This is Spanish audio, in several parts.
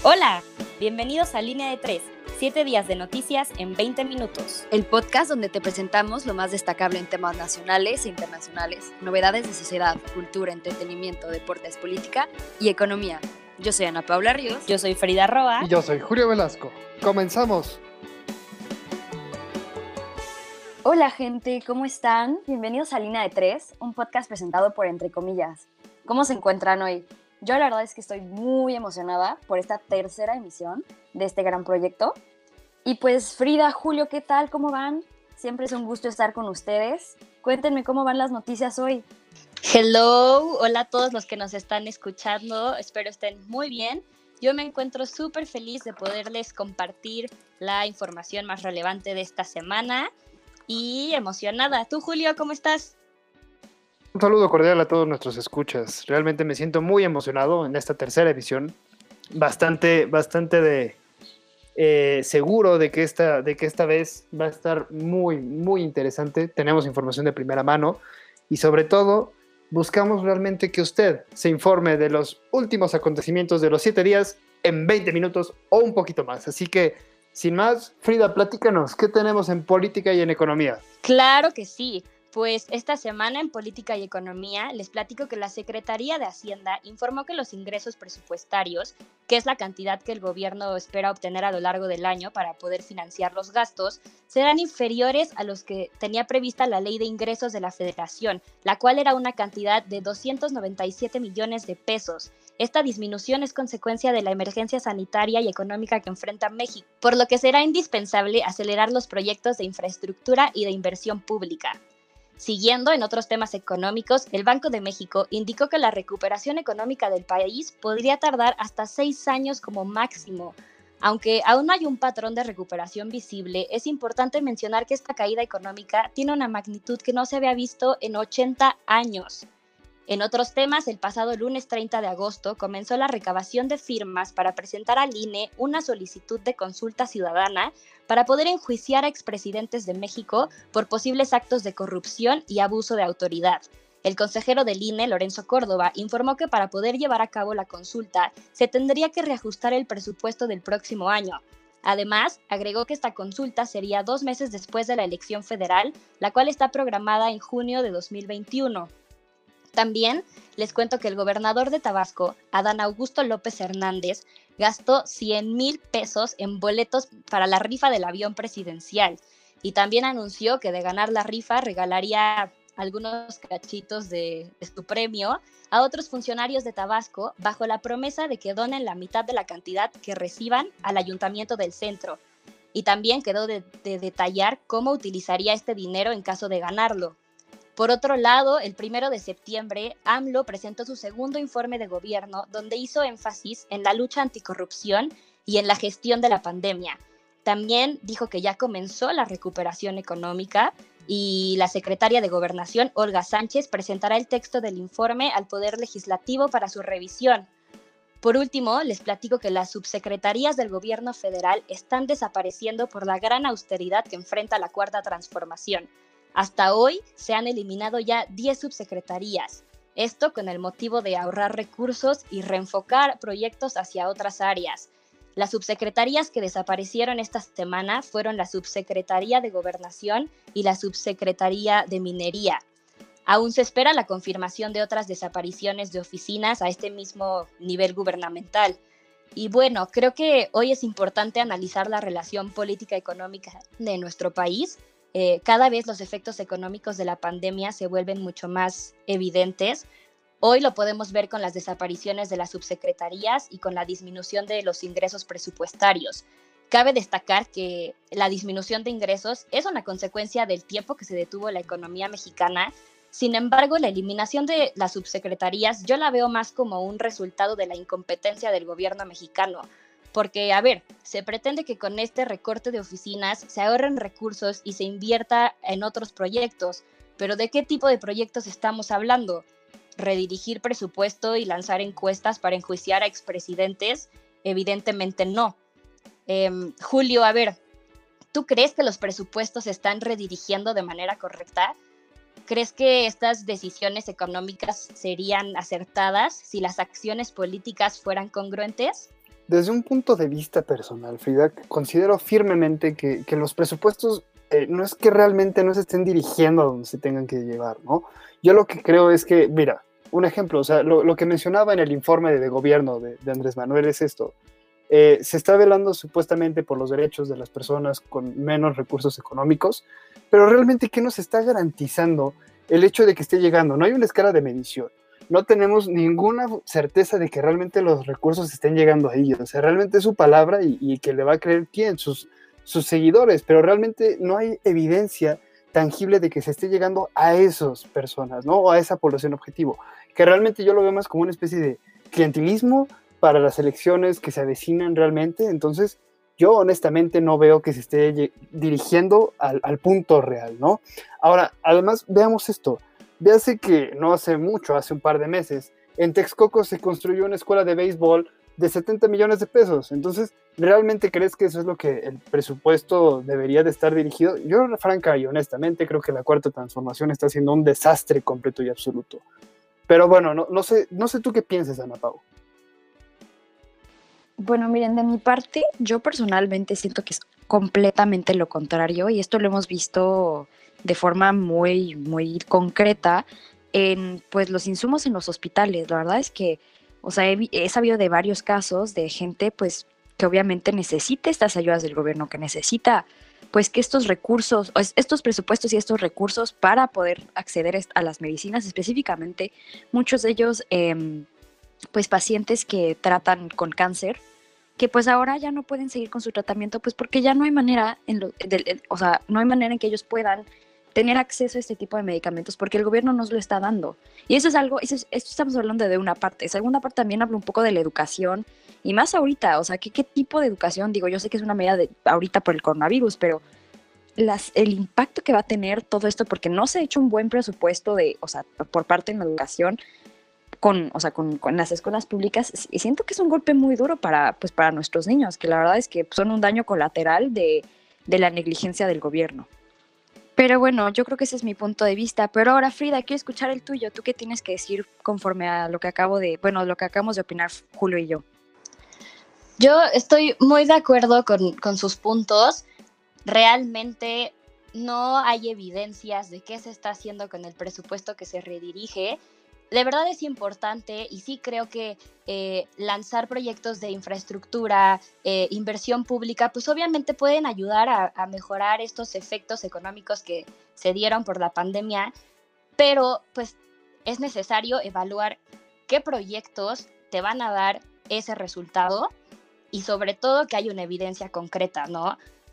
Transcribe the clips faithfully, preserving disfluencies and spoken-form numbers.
Hola, bienvenidos a Línea de Tres, siete días de noticias en veinte minutos. El podcast donde te presentamos lo más destacable en temas nacionales e internacionales, novedades de sociedad, cultura, entretenimiento, deportes, política y economía. Yo soy Ana Paula Ríos. Yo soy Frida Roa. Y yo soy Julio Velasco. ¡Comenzamos! Hola gente, ¿cómo están? Bienvenidos a Línea de Tres, un podcast presentado por Entre Comillas. ¿Cómo se encuentran hoy? Yo la verdad es que estoy muy emocionada por esta tercera emisión de este gran proyecto. Y pues Frida, Julio, ¿qué tal? ¿Cómo van? Siempre es un gusto estar con ustedes. Cuéntenme cómo van las noticias hoy. Hello, hola a todos los que nos están escuchando, espero estén muy bien. Yo me encuentro súper feliz de poderles compartir la información más relevante de esta semana y emocionada. ¿Tú, Julio, cómo estás? Un saludo cordial a todos nuestros escuchas. Realmente me siento muy emocionado en esta tercera edición. Bastante, bastante de, eh, seguro de que, esta, de que esta vez va a estar muy, muy interesante. Tenemos información de primera mano y sobre todo buscamos realmente que usted se informe de los últimos acontecimientos de los siete días en veinte minutos o un poquito más. Así que, sin más, Frida, platícanos, ¿qué tenemos en política y en economía? Claro que sí. Pues esta semana en Política y Economía les platico que la Secretaría de Hacienda informó que los ingresos presupuestarios, que es la cantidad que el gobierno espera obtener a lo largo del año para poder financiar los gastos, serán inferiores a los que tenía prevista la Ley de Ingresos de la Federación, la cual era una cantidad de doscientos noventa y siete millones de pesos. Esta disminución es consecuencia de la emergencia sanitaria y económica que enfrenta México, por lo que será indispensable acelerar los proyectos de infraestructura y de inversión pública. Siguiendo en otros temas económicos, el Banco de México indicó que la recuperación económica del país podría tardar hasta seis años como máximo. Aunque aún no hay un patrón de recuperación visible, es importante mencionar que esta caída económica tiene una magnitud que no se había visto en ochenta años. En otros temas, el pasado lunes treinta de agosto comenzó la recabación de firmas para presentar al I N E una solicitud de consulta ciudadana para poder enjuiciar a expresidentes de México por posibles actos de corrupción y abuso de autoridad. El consejero del I N E, Lorenzo Córdoba, informó que para poder llevar a cabo la consulta se tendría que reajustar el presupuesto del próximo año. Además, agregó que esta consulta sería dos meses después de la elección federal, la cual está programada en junio de dos mil veintiuno. También les cuento que el gobernador de Tabasco, Adán Augusto López Hernández, gastó cien mil pesos en boletos para la rifa del avión presidencial y también anunció que de ganar la rifa regalaría algunos cachitos de, de su premio a otros funcionarios de Tabasco bajo la promesa de que donen la mitad de la cantidad que reciban al ayuntamiento del centro. Y también quedó de, de detallar cómo utilizaría este dinero en caso de ganarlo. Por otro lado, el primero de septiembre, AMLO presentó su segundo informe de gobierno donde hizo énfasis en la lucha anticorrupción y en la gestión de la pandemia. También dijo que ya comenzó la recuperación económica y la secretaria de Gobernación, Olga Sánchez, presentará el texto del informe al Poder Legislativo para su revisión. Por último, les platico que las subsecretarías del gobierno federal están desapareciendo por la gran austeridad que enfrenta la Cuarta Transformación. Hasta hoy se han eliminado ya diez subsecretarías, esto con el motivo de ahorrar recursos y reenfocar proyectos hacia otras áreas. Las subsecretarías que desaparecieron esta semana fueron la Subsecretaría de Gobernación y la Subsecretaría de Minería. Aún se espera la confirmación de otras desapariciones de oficinas a este mismo nivel gubernamental. Y bueno, creo que hoy es importante analizar la relación política-económica de nuestro país. Eh, cada vez los efectos económicos de la pandemia se vuelven mucho más evidentes. Hoy lo podemos ver con las desapariciones de las subsecretarías y con la disminución de los ingresos presupuestarios. Cabe destacar que la disminución de ingresos es una consecuencia del tiempo que se detuvo la economía mexicana. Sin embargo, la eliminación de las subsecretarías yo la veo más como un resultado de la incompetencia del gobierno mexicano. Porque, a ver, se pretende que con este recorte de oficinas se ahorren recursos y se invierta en otros proyectos. Pero ¿de qué tipo de proyectos estamos hablando? ¿Redirigir presupuesto y lanzar encuestas para enjuiciar a expresidentes? Evidentemente no. Eh, Julio, a ver, ¿tú crees que los presupuestos se están redirigiendo de manera correcta? ¿Crees que estas decisiones económicas serían acertadas si las acciones políticas fueran congruentes? Desde un punto de vista personal, Frida, considero firmemente que, que los presupuestos eh, no es que realmente no se estén dirigiendo a donde se tengan que llevar, ¿no? Yo lo que creo es que, mira, un ejemplo, o sea, lo, lo que mencionaba en el informe de, de gobierno de, de Andrés Manuel es esto. Eh, se está velando supuestamente por los derechos de las personas con menos recursos económicos, pero realmente, ¿qué nos está garantizando el hecho de que esté llegando? No hay una escala de medición. No tenemos ninguna certeza de que realmente los recursos estén llegando a ellos. O sea, realmente es su palabra y, y que le va a creer quién, sus, sus seguidores, pero realmente no hay evidencia tangible de que se esté llegando a esas personas, ¿no? O a esa población objetivo, que realmente yo lo veo más como una especie de clientelismo para las elecciones que se avecinan realmente. Entonces, yo honestamente no veo que se esté dirigiendo al, al punto real, ¿no? Ahora, además, veamos esto. Véase que no hace mucho, hace un par de meses, en Texcoco se construyó una escuela de béisbol de setenta millones de pesos. Entonces, ¿realmente crees que eso es lo que el presupuesto debería de estar dirigido? Yo, franca y honestamente, creo que la Cuarta Transformación está siendo un desastre completo y absoluto. Pero bueno, no, no sé, no sé tú qué piensas, Ana Pau. Bueno, miren, de mi parte, yo personalmente siento que es completamente lo contrario, y esto lo hemos visto de forma muy, muy concreta en pues los insumos en los hospitales. La verdad es que, o sea, he, he sabido de varios casos de gente pues que obviamente necesita estas ayudas del gobierno, que necesita pues que estos recursos, estos presupuestos y estos recursos para poder acceder a las medicinas, específicamente muchos de ellos eh, pues pacientes que tratan con cáncer, que pues ahora ya no pueden seguir con su tratamiento, pues porque ya no hay manera, en lo, de, de, o sea, no hay manera en que ellos puedan tener acceso a este tipo de medicamentos porque el gobierno nos lo está dando. Y eso es algo, eso es, esto estamos hablando de una parte. Segunda parte también hablo un poco de la educación, y más ahorita, o sea, ¿qué, qué tipo de educación? Digo, yo sé que es una medida de ahorita por el coronavirus, pero las, el impacto que va a tener todo esto, porque no se ha hecho un buen presupuesto de, o sea, por parte de la educación, con, o sea, con, con las escuelas públicas, y siento que es un golpe muy duro para, pues, para nuestros niños, que la verdad es que son un daño colateral de, de la negligencia del gobierno. Pero bueno, yo creo que ese es mi punto de vista. Pero ahora, Frida, quiero escuchar el tuyo. ¿Tú qué tienes que decir conforme a lo que acabo de, bueno, lo que acabamos de opinar Julio y yo? Yo estoy muy de acuerdo con, con sus puntos. Realmente no hay evidencias de qué se está haciendo con el presupuesto que se redirige. De verdad es importante, y sí creo que eh, lanzar proyectos de infraestructura, eh, inversión pública, pues obviamente pueden ayudar a, a mejorar estos efectos económicos que se dieron por la pandemia, pero pues es necesario evaluar qué proyectos te van a dar ese resultado, y sobre todo que haya una evidencia concreta, ¿no?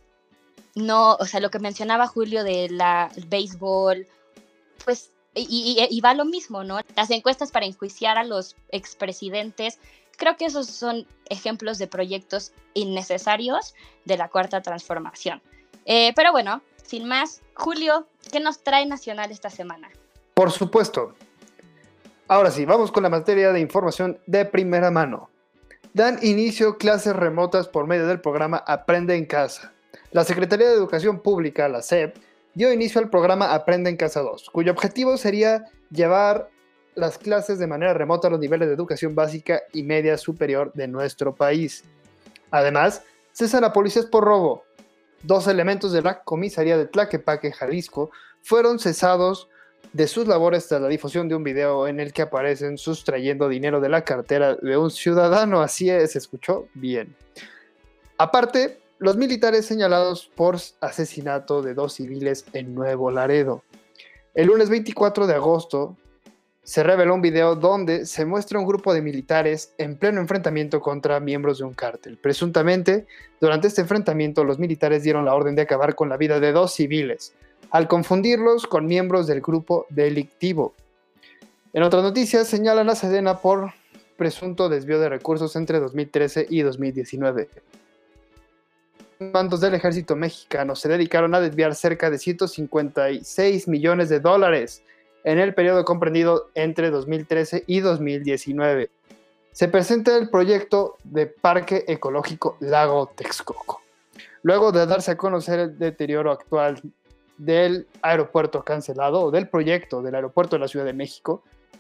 No, o sea, lo que mencionaba Julio de la el béisbol, pues Y, y, y va lo mismo, ¿no? Las encuestas para enjuiciar a los expresidentes, creo que esos son ejemplos de proyectos innecesarios de la Cuarta Transformación. Eh, pero bueno, sin más, Julio, ¿qué nos trae Nacional esta semana? Por supuesto. Ahora sí, vamos con la materia de información de primera mano. Dan inicio clases remotas por medio del programa Aprende en Casa. La Secretaría de Educación Pública, la S E P, dio inicio al programa Aprende en Casa dos, cuyo objetivo sería llevar las clases de manera remota a los niveles de educación básica y media superior de nuestro país. Además, cesan a policías por robo. Dos elementos de la comisaría de Tlaquepaque, Jalisco, fueron cesados de sus labores tras la difusión de un video en el que aparecen sustrayendo dinero de la cartera de un ciudadano. Así es, ¿se escuchó? Bien. Aparte, los militares señalados por asesinato de dos civiles en Nuevo Laredo. El lunes veinticuatro de agosto se reveló un video donde se muestra un grupo de militares en pleno enfrentamiento contra miembros de un cártel. Presuntamente, durante este enfrentamiento, los militares dieron la orden de acabar con la vida de dos civiles, al confundirlos con miembros del grupo delictivo. En otras noticias, señalan a Sedena por presunto desvío de recursos entre dos mil trece y dos mil diecinueve. Mandos del ejército mexicano se dedicaron a desviar cerca de ciento cincuenta y seis millones de dólares en el periodo comprendido entre dos mil trece y dos mil diecinueve. Se presenta el proyecto de Parque Ecológico Lago Texcoco. Luego de darse a conocer el deterioro actual del aeropuerto cancelado, o del proyecto del aeropuerto de la Ciudad de México,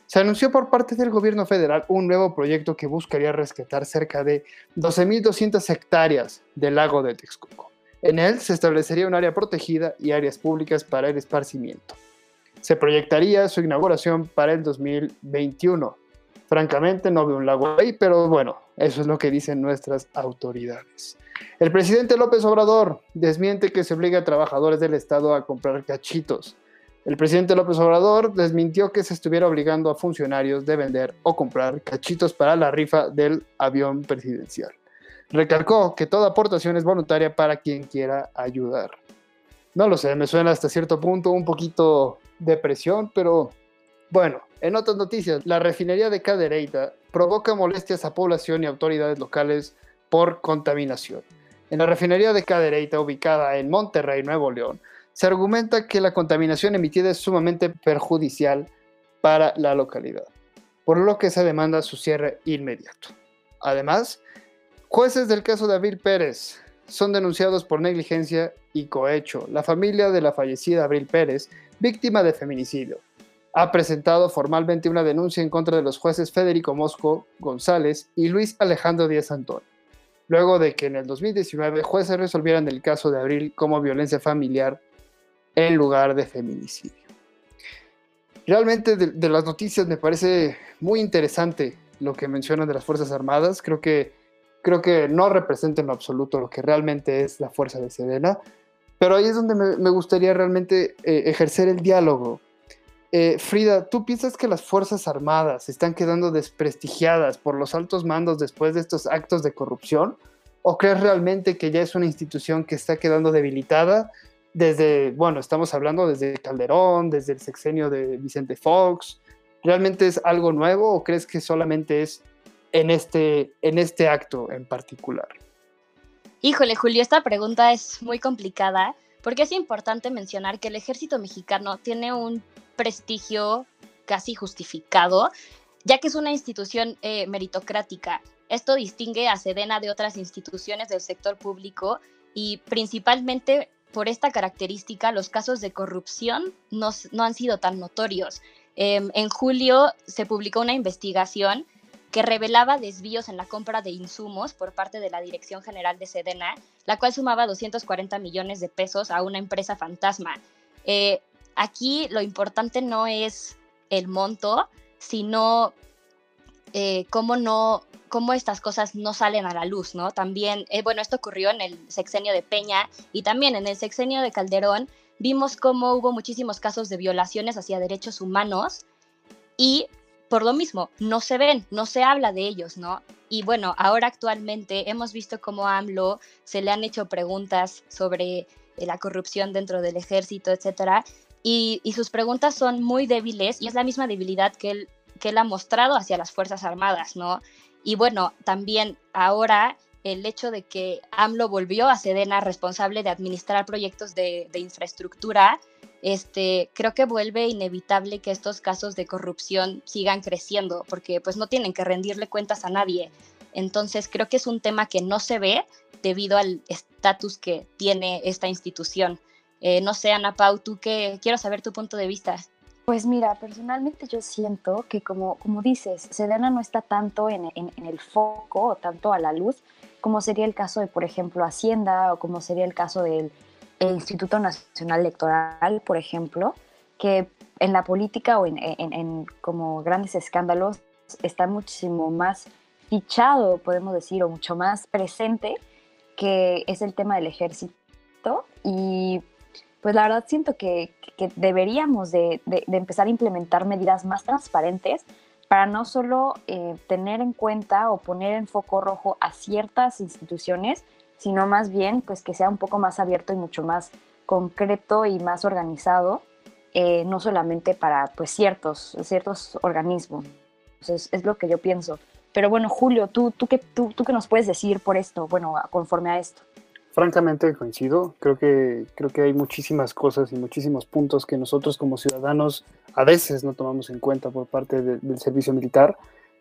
Se anunció por parte del gobierno federal un nuevo proyecto que buscaría rescatar cerca de doce mil doscientas hectáreas del lago de Texcoco. En él se establecería un área protegida y áreas públicas para el esparcimiento. Se proyectaría su inauguración para el dos mil veintiuno. Francamente no veo un lago ahí, pero bueno, eso es lo que dicen nuestras autoridades. El presidente López Obrador desmiente que se obligue a trabajadores del Estado a comprar cachitos. El presidente López Obrador desmintió que se estuviera obligando a funcionarios de vender o comprar cachitos para la rifa del avión presidencial. Recalcó que toda aportación es voluntaria para quien quiera ayudar. No lo sé, me suena hasta cierto punto un poquito de presión, pero bueno, en otras noticias, la refinería de Cadereyta provoca molestias a población y autoridades locales por contaminación. En la refinería de Cadereyta, ubicada en Monterrey, Nuevo León, se argumenta que la contaminación emitida es sumamente perjudicial para la localidad, por lo que se demanda su cierre inmediato. Además, jueces del caso de Abril Pérez son denunciados por negligencia y cohecho. La familia de la fallecida Abril Pérez, víctima de feminicidio, ha presentado formalmente una denuncia en contra de los jueces Federico Mosco González y Luis Alejandro Díaz Antón, luego de que en el dos mil diecinueve jueces resolvieran el caso de Abril como violencia familiar en lugar de feminicidio. Realmente de, de las noticias me parece muy interesante lo que mencionan de las Fuerzas Armadas. Creo que, creo que no representa en lo absoluto lo que realmente es la fuerza de Sedena, pero ahí es donde me, me gustaría realmente eh, ejercer el diálogo. Eh, Frida, ¿tú piensas que las Fuerzas Armadas están quedando desprestigiadas por los altos mandos después de estos actos de corrupción? ¿O crees realmente que ya es una institución que está quedando debilitada desde, bueno, estamos hablando desde Calderón, desde el sexenio de Vicente Fox? ¿Realmente es algo nuevo o crees que solamente es en este, en este acto en particular? Híjole, Julio, esta pregunta es muy complicada porque es importante mencionar que el ejército mexicano tiene un prestigio casi justificado, ya que es una institución eh, meritocrática. Esto distingue a Sedena de otras instituciones del sector público y principalmente por esta característica los casos de corrupción no, no han sido tan notorios. Eh, en julio se publicó una investigación que revelaba desvíos en la compra de insumos por parte de la Dirección General de Sedena, la cual sumaba doscientos cuarenta millones de pesos a una empresa fantasma. Eh, aquí lo importante no es el monto, sino eh, cómo, no, cómo estas cosas no salen a la luz, ¿no? También, eh, bueno, esto ocurrió en el sexenio de Peña y también en el sexenio de Calderón vimos cómo hubo muchísimos casos de violaciones hacia derechos humanos y por lo mismo, no se ven, no se habla de ellos, ¿no? Y bueno, ahora actualmente hemos visto cómo a AMLO se le han hecho preguntas sobre eh, la corrupción dentro del ejército, etcétera, y, y sus preguntas son muy débiles y es la misma debilidad que él, que él ha mostrado hacia las Fuerzas Armadas, ¿no? Y bueno, también ahora el hecho de que AMLO volvió a Sedena responsable de administrar proyectos de, de infraestructura, Este, creo que vuelve inevitable que estos casos de corrupción sigan creciendo, porque pues no tienen que rendirle cuentas a nadie. Entonces creo que es un tema que no se ve debido al estatus que tiene esta institución. Eh, no sé, Ana Pau, tú qué, quiero saber tu punto de vista. Pues mira, personalmente yo siento que como, como dices, Sedena no está tanto en, en, en el foco o tanto a la luz como sería el caso de, por ejemplo, Hacienda o como sería el caso del el Instituto Nacional Electoral, por ejemplo, que en la política o en, en, en como grandes escándalos está muchísimo más fichado, podemos decir, o mucho más presente, que es el tema del ejército. Y pues la verdad siento que, que deberíamos de, de, de empezar a implementar medidas más transparentes para no solo eh, tener en cuenta o poner en foco rojo a ciertas instituciones, sino más bien pues que sea un poco más abierto y mucho más concreto y más organizado, eh, no solamente para pues ciertos, ciertos organismos. Entonces, es lo que yo pienso. Pero bueno, Julio, ¿tú, tú, qué, tú, ¿tú qué nos puedes decir por esto, bueno, conforme a esto? Francamente coincido, creo que, creo que hay muchísimas cosas y muchísimos puntos que nosotros como ciudadanos a veces no tomamos en cuenta por parte de, del servicio militar.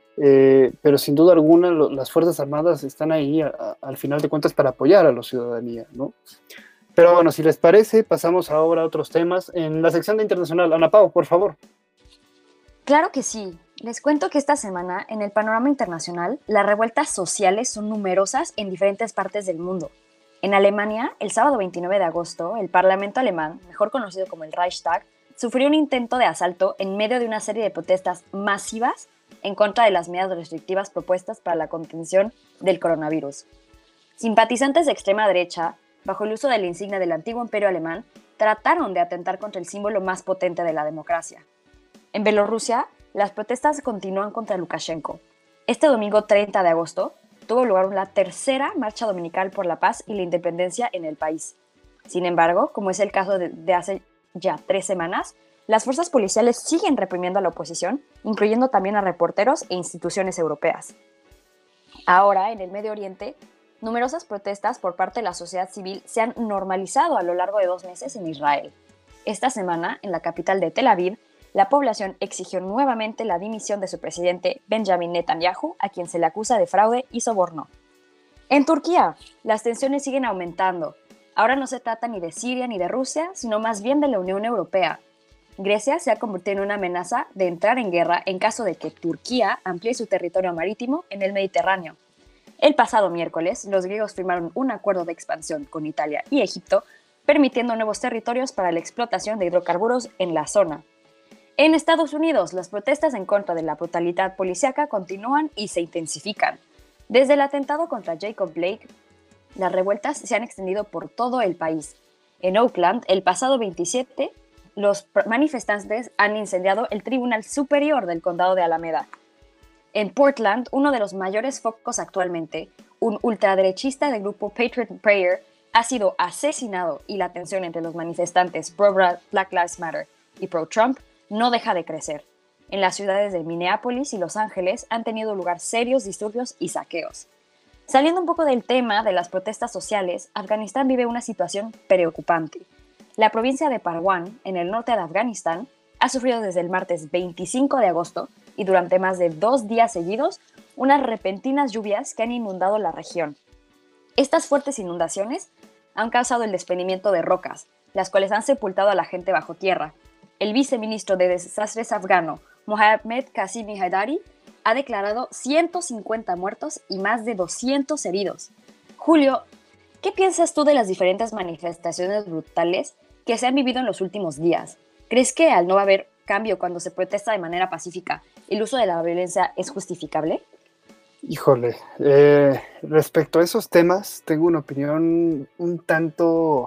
Eh, pero sin duda alguna lo, las Fuerzas Armadas están ahí a, a, al final de cuentas para apoyar a la ciudadanía, ¿no? Pero bueno, si les parece, pasamos ahora a otros temas. En la sección de internacional, Ana Pau, por favor. Claro que sí. Les cuento que esta semana, en el panorama internacional, las revueltas sociales son numerosas en diferentes partes del mundo. En Alemania, el sábado veintinueve de agosto, el Parlamento alemán, mejor conocido como el Reichstag, sufrió un intento de asalto en medio de una serie de protestas masivas en contra de las medidas restrictivas propuestas para la contención del coronavirus. Simpatizantes de extrema derecha, bajo el uso de la insignia del antiguo imperio alemán, trataron de atentar contra el símbolo más potente de la democracia. En Bielorrusia, las protestas continúan contra Lukashenko. Este domingo treinta de agosto tuvo lugar la tercera marcha dominical por la paz y la independencia en el país. Sin embargo, como es el caso de, de hace ya tres semanas, las fuerzas policiales siguen reprimiendo a la oposición, incluyendo también a reporteros e instituciones europeas. Ahora, en el Medio Oriente, numerosas protestas por parte de la sociedad civil se han normalizado a lo largo de dos meses en Israel. Esta semana, en la capital de Tel Aviv, la población exigió nuevamente la dimisión de su presidente Benjamin Netanyahu, a quien se le acusa de fraude y soborno. En Turquía, las tensiones siguen aumentando. Ahora no se trata ni de Siria ni de Rusia, sino más bien de la Unión Europea. Grecia se ha convertido en una amenaza de entrar en guerra en caso de que Turquía amplíe su territorio marítimo en el Mediterráneo. El pasado miércoles, los griegos firmaron un acuerdo de expansión con Italia y Egipto, permitiendo nuevos territorios para la explotación de hidrocarburos en la zona. En Estados Unidos, las protestas en contra de la brutalidad policíaca continúan y se intensifican. Desde el atentado contra Jacob Blake, las revueltas se han extendido por todo el país. En Oakland, el pasado veintisiete, los manifestantes han incendiado el Tribunal Superior del Condado de Alameda. En Portland, uno de los mayores focos actualmente, un ultraderechista del grupo Patriot Prayer ha sido asesinado y la tensión entre los manifestantes pro Black Lives Matter y pro Trump no deja de crecer. En las ciudades de Minneapolis y Los Ángeles han tenido lugar serios disturbios y saqueos. Saliendo un poco del tema de las protestas sociales, Afganistán vive una situación preocupante. La provincia de Parwan, en el norte de Afganistán, ha sufrido desde el martes veinticinco de agosto y durante más de dos días seguidos unas repentinas lluvias que han inundado la región. Estas fuertes inundaciones han causado el desprendimiento de rocas, las cuales han sepultado a la gente bajo tierra. El viceministro de Desastres afgano, Mohammed Qasimi Haidari, ha declarado ciento cincuenta muertos y más de doscientos heridos. Julio, ¿qué piensas tú de las diferentes manifestaciones brutales que se han vivido en los últimos días? ¿Crees que al no haber cambio cuando se protesta de manera pacífica, el uso de la violencia es justificable? Híjole, eh, respecto a esos temas, tengo una opinión un tanto,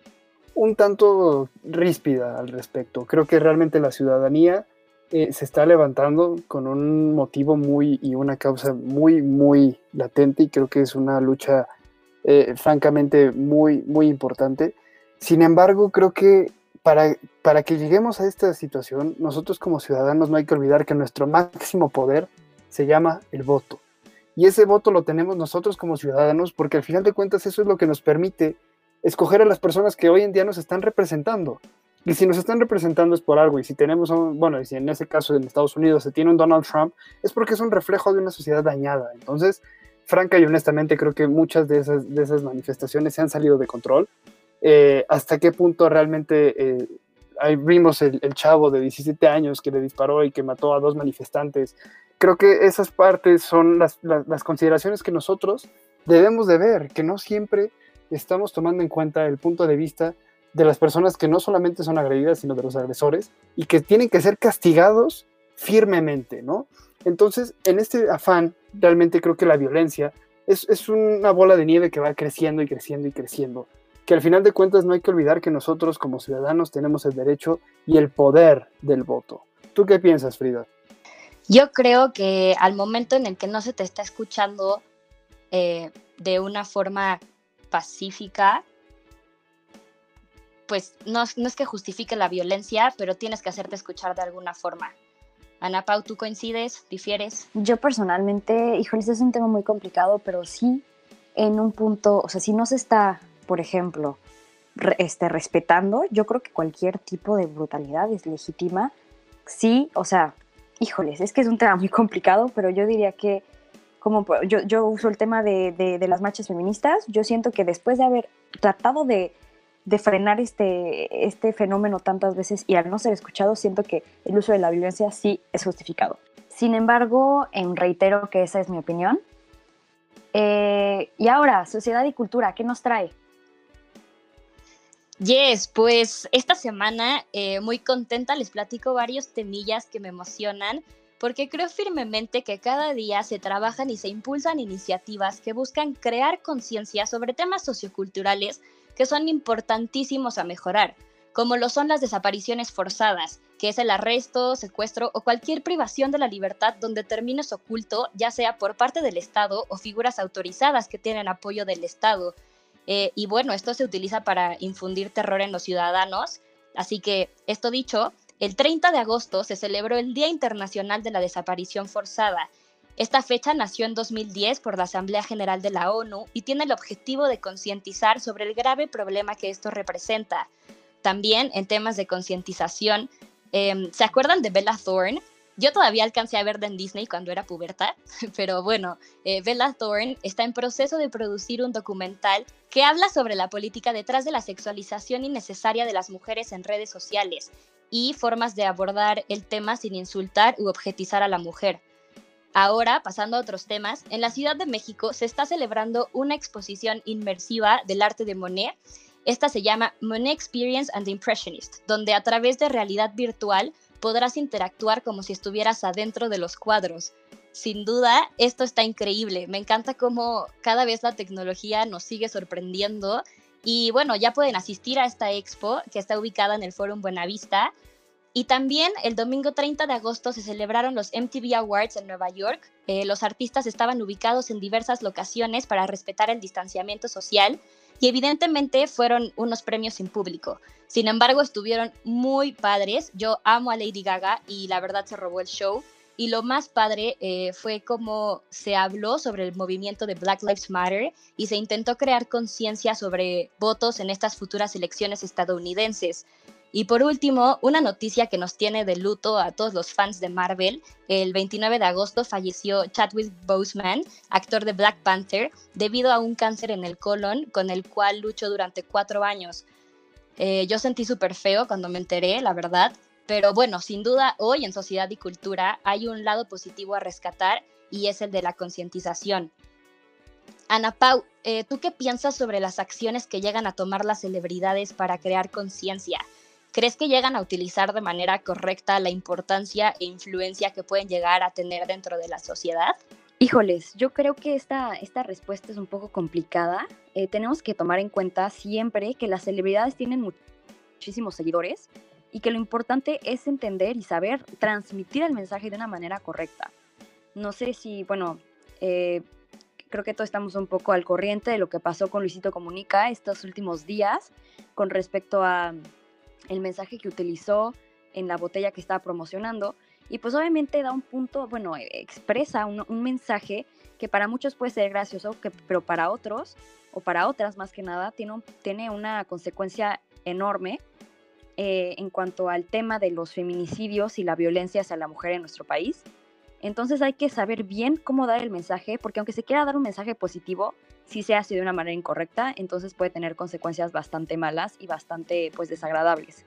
un tanto ríspida al respecto. Creo que realmente la ciudadanía eh, se está levantando con un motivo muy y una causa muy, muy latente, y creo que es una lucha eh, francamente muy, muy importante. Sin embargo, creo que para, para que lleguemos a esta situación, nosotros como ciudadanos no hay que olvidar que nuestro máximo poder se llama el voto. Y ese voto lo tenemos nosotros como ciudadanos, porque al final de cuentas eso es lo que nos permite escoger a las personas que hoy en día nos están representando. Y si nos están representando es por algo, y si tenemos, un, bueno, y si en ese caso en Estados Unidos se tiene un Donald Trump, es porque es un reflejo de una sociedad dañada. Entonces, franca y honestamente, creo que muchas de esas, de esas manifestaciones se han salido de control. Eh, hasta qué punto realmente eh, ahí vimos el, el chavo de diecisiete años que le disparó y que mató a dos manifestantes. Creo que esas partes son las, las, las consideraciones que nosotros debemos de ver, que no siempre estamos tomando en cuenta el punto de vista de las personas que no solamente son agredidas, sino de los agresores, y que tienen que ser castigados firmemente, ¿no? Entonces, en este afán, realmente creo que la violencia es, es una bola de nieve que va creciendo y creciendo y creciendo, que al final de cuentas no hay que olvidar que nosotros como ciudadanos tenemos el derecho y el poder del voto. ¿Tú qué piensas, Frida? Yo creo que al momento en el que no se te está escuchando eh, de una forma pacífica, pues no, no es que justifique la violencia, pero tienes que hacerte escuchar de alguna forma. Ana Pau, ¿tú coincides? ¿Difieres? Yo personalmente, híjole, este es un tema muy complicado, pero sí en un punto, o sea, si no se está, por ejemplo, re, este, respetando, yo creo que cualquier tipo de brutalidad es legítima. Sí, o sea, híjoles, es que es un tema muy complicado, pero yo diría que, como yo, yo uso el tema de, de, de las marchas feministas, yo siento que después de haber tratado de de frenar este, este fenómeno tantas veces y al no ser escuchado, siento que el uso de la violencia sí es justificado. Sin embargo, em, reitero que esa es mi opinión. Eh, y ahora, sociedad y cultura, ¿qué nos trae? Yes, pues esta semana eh, muy contenta les platico varios temillas que me emocionan porque creo firmemente que cada día se trabajan y se impulsan iniciativas que buscan crear conciencia sobre temas socioculturales que son importantísimos a mejorar, como lo son las desapariciones forzadas, que es el arresto, secuestro o cualquier privación de la libertad donde termines oculto, ya sea por parte del Estado o figuras autorizadas que tienen apoyo del Estado. Eh, y bueno, esto se utiliza para infundir terror en los ciudadanos. Así que, esto dicho, el treinta de agosto se celebró el Día Internacional de la Desaparición Forzada. Esta fecha nació en dos mil diez por la Asamblea General de la ONU y tiene el objetivo de concientizar sobre el grave problema que esto representa. También, en temas de concientización, eh, ¿se acuerdan de Bella Thorne? Yo todavía alcancé a verla en Disney cuando era puberta, pero bueno, eh, Bella Thorne está en proceso de producir un documental que habla sobre la política detrás de la sexualización innecesaria de las mujeres en redes sociales y formas de abordar el tema sin insultar u objetizar a la mujer. Ahora, pasando a otros temas, en la Ciudad de México se está celebrando una exposición inmersiva del arte de Monet. Esta se llama Monet Experience and the Impressionist, donde a través de realidad virtual podrás interactuar como si estuvieras adentro de los cuadros. Sin duda, esto está increíble. Me encanta cómo cada vez la tecnología nos sigue sorprendiendo. Y bueno, ya pueden asistir a esta expo que está ubicada en el Fórum Buenavista. Y también el domingo treinta de agosto se celebraron los M T V Awards en Nueva York. Eh, los artistas estaban ubicados en diversas locaciones para respetar el distanciamiento social. Y evidentemente fueron unos premios sin público. Sin embargo, estuvieron muy padres. Yo amo a Lady Gaga y la verdad se robó el show. Y lo más padre eh, fue cómo se habló sobre el movimiento de Black Lives Matter y se intentó crear conciencia sobre votos en estas futuras elecciones estadounidenses. Y por último, una noticia que nos tiene de luto a todos los fans de Marvel. El veintinueve de agosto falleció Chadwick Boseman, actor de Black Panther, debido a un cáncer en el colon con el cual luchó durante cuatro años. Eh, yo sentí súper feo cuando me enteré, la verdad. Pero bueno, sin duda, hoy en Sociedad y Cultura hay un lado positivo a rescatar y es el de la concientización. Ana Pau, eh, ¿tú qué piensas sobre las acciones que llegan a tomar las celebridades para crear conciencia? ¿Crees que llegan a utilizar de manera correcta la importancia e influencia que pueden llegar a tener dentro de la sociedad? Híjoles, yo creo que esta, esta respuesta es un poco complicada. Eh, tenemos que tomar en cuenta siempre que las celebridades tienen muchísimos seguidores y que lo importante es entender y saber transmitir el mensaje de una manera correcta. No sé si, bueno, eh, creo que todos estamos un poco al corriente de lo que pasó con Luisito Comunica estos últimos días con respecto a el mensaje que utilizó en la botella que estaba promocionando. Y pues obviamente da un punto, bueno, expresa un, un mensaje que para muchos puede ser gracioso, que, pero para otros, o para otras más que nada, tiene, un, tiene una consecuencia enorme eh, en cuanto al tema de los feminicidios y la violencia hacia la mujer en nuestro país. Entonces hay que saber bien cómo dar el mensaje, porque aunque se quiera dar un mensaje positivo, si se hace de una manera incorrecta, entonces puede tener consecuencias bastante malas y bastante, pues, desagradables.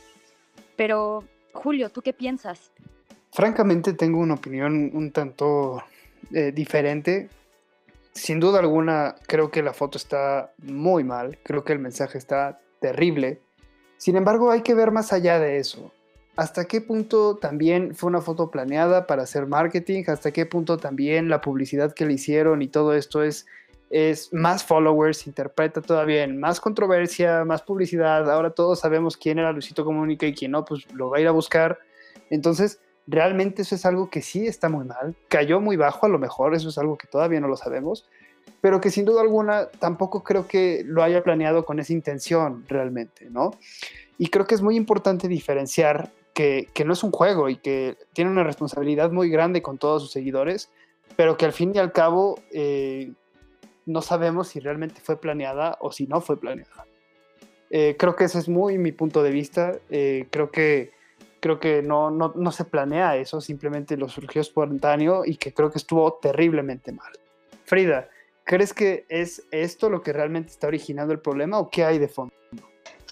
Pero, Julio, ¿tú qué piensas? Francamente tengo una opinión un tanto eh, diferente. Sin duda alguna creo que la foto está muy mal, creo que el mensaje está terrible. Sin embargo, hay que ver más allá de eso. ¿Hasta qué punto también fue una foto planeada para hacer marketing? ¿Hasta qué punto también la publicidad que le hicieron y todo esto es, es más followers, interpreta todavía en más controversia, más publicidad? Ahora todos sabemos quién era Luisito Comunica y quién no, pues lo va a ir a buscar. Entonces, realmente eso es algo que sí está muy mal. Cayó muy bajo a lo mejor, eso es algo que todavía no lo sabemos, pero que sin duda alguna tampoco creo que lo haya planeado con esa intención realmente, ¿no? Y creo que es muy importante diferenciar que, que no es un juego y que tiene una responsabilidad muy grande con todos sus seguidores, pero que al fin y al cabo eh, no sabemos si realmente fue planeada o si no fue planeada. Eh, creo que ese es muy mi punto de vista. Eh, creo que, creo que no, no, no se planea eso, simplemente lo surgió espontáneo y que creo que estuvo terriblemente mal. Frida, ¿crees que es esto lo que realmente está originando el problema o qué hay de fondo?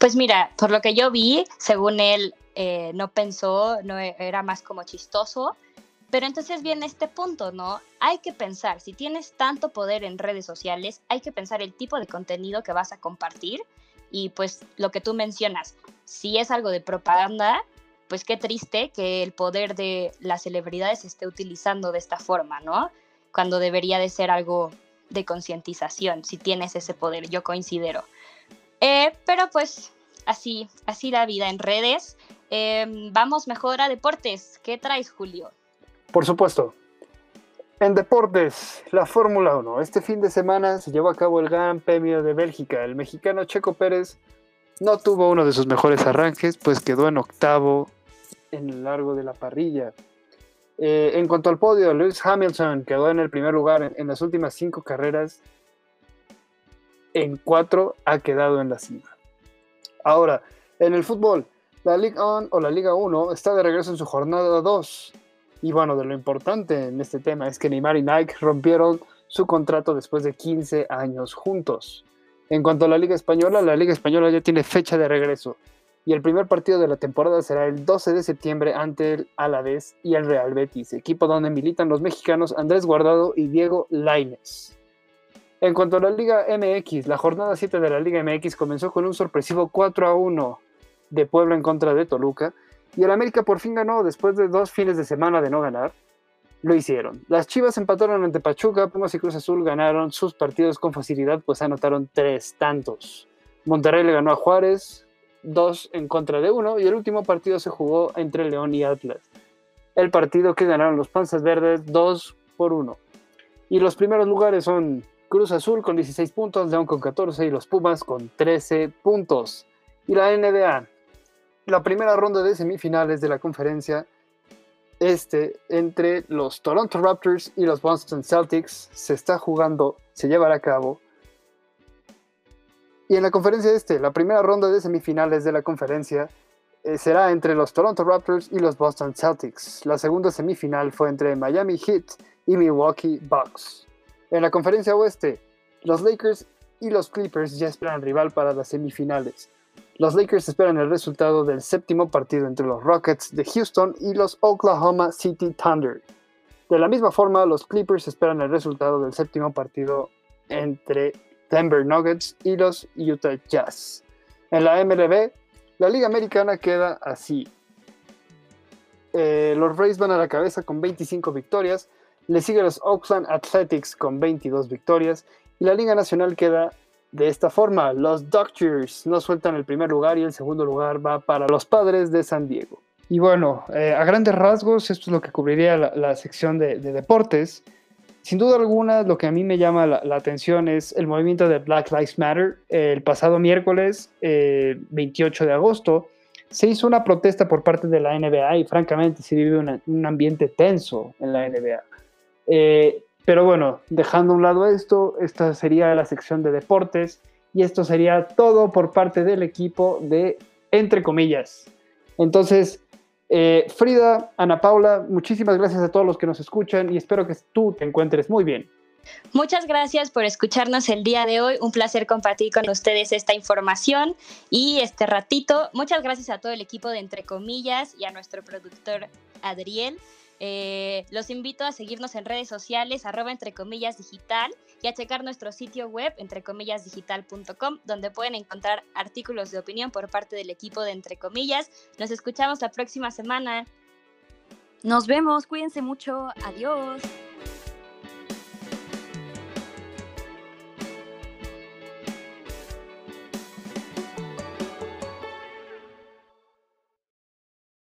Pues mira, por lo que yo vi, según él, eh, no pensó, no e- era más como chistoso. Pero entonces viene este punto, ¿no? Hay que pensar, si tienes tanto poder en redes sociales, hay que pensar el tipo de contenido que vas a compartir y pues lo que tú mencionas, si es algo de propaganda, pues qué triste que el poder de las celebridades se esté utilizando de esta forma, ¿no? Cuando debería de ser algo de concientización, si tienes ese poder, yo considero. Eh, pero pues así, así la vida en redes. Eh, vamos mejor a deportes. ¿Qué traes, Julio? Por supuesto. En deportes, la Fórmula uno. Este fin de semana se llevó a cabo el Gran Premio de Bélgica. El mexicano Checo Pérez no tuvo uno de sus mejores arranques, pues quedó en octavo en el largo de la parrilla. Eh, en cuanto al podio, Lewis Hamilton quedó en el primer lugar en, en las últimas cinco carreras. En cuatro ha quedado en la cima. Ahora, en el fútbol, la Ligue uno o la Liga uno está de regreso en su jornada dos. Y bueno, de lo importante en este tema es que Neymar y Nike rompieron su contrato después de quince años juntos. En cuanto a la Liga Española, la Liga Española ya tiene fecha de regreso. Y el primer partido de la temporada será el doce de septiembre ante el Alavés y el Real Betis, equipo donde militan los mexicanos Andrés Guardado y Diego Lainez. En cuanto a la Liga M X, la jornada siete de la Liga M X comenzó con un sorpresivo cuatro a uno de Puebla en contra de Toluca, y el América por fin ganó después de dos fines de semana de no ganar. Lo hicieron. Las Chivas empataron ante Pachuca, Pumas y Cruz Azul ganaron sus partidos con facilidad, pues anotaron tres tantos. Monterrey le ganó a Juárez, dos en contra de uno, y el último partido se jugó entre León y Atlas. El partido que ganaron los Panzas Verdes, dos por uno. Y los primeros lugares son Cruz Azul con dieciséis puntos, León con catorce y los Pumas con trece puntos. Y la N B A, la primera ronda de semifinales de la conferencia este entre los Toronto Raptors y los Boston Celtics se está jugando, se llevará a cabo. Y en la conferencia este, la primera ronda de semifinales de la conferencia eh, será entre los Toronto Raptors y los Boston Celtics. La segunda semifinal fue entre Miami Heat y Milwaukee Bucks. En la conferencia oeste, los Lakers y los Clippers ya esperan rival para las semifinales. Los Lakers esperan el resultado del séptimo partido entre los Rockets de Houston y los Oklahoma City Thunder. De la misma forma, los Clippers esperan el resultado del séptimo partido entre Denver Nuggets y los Utah Jazz. En la M L B, la Liga Americana queda así. Eh, los Rays van a la cabeza con veinticinco victorias, le siguen los Oakland Athletics con veintidós victorias y la Liga Nacional queda de esta forma. Los Dodgers no sueltan el primer lugar y el segundo lugar va para los Padres de San Diego. Y bueno, eh, a grandes rasgos, esto es lo que cubriría la, la sección de, de deportes. Sin duda alguna, lo que a mí me llama la, la atención es el movimiento de Black Lives Matter. Eh, el pasado miércoles, eh, veintiocho de agosto, se hizo una protesta por parte de la N B A y francamente se vive una, un ambiente tenso en la N B A. Eh, pero bueno, dejando a un lado esto, esta sería la sección de deportes y esto sería todo por parte del equipo de Entre Comillas. Entonces, eh, Frida, Ana Paula, muchísimas gracias a todos los que nos escuchan y espero que tú te encuentres muy bien. Muchas gracias por escucharnos el día de hoy. Un placer compartir con ustedes esta información y este ratito. Muchas gracias a todo el equipo de Entre Comillas y a nuestro productor Adriel. Eh, los invito a seguirnos en redes sociales, arroba Entre Comillas Digital, y a checar nuestro sitio web, entrecomillas digital punto com, donde pueden encontrar artículos de opinión por parte del equipo de Entre Comillas. Nos escuchamos la próxima semana. Nos vemos, cuídense mucho, adiós.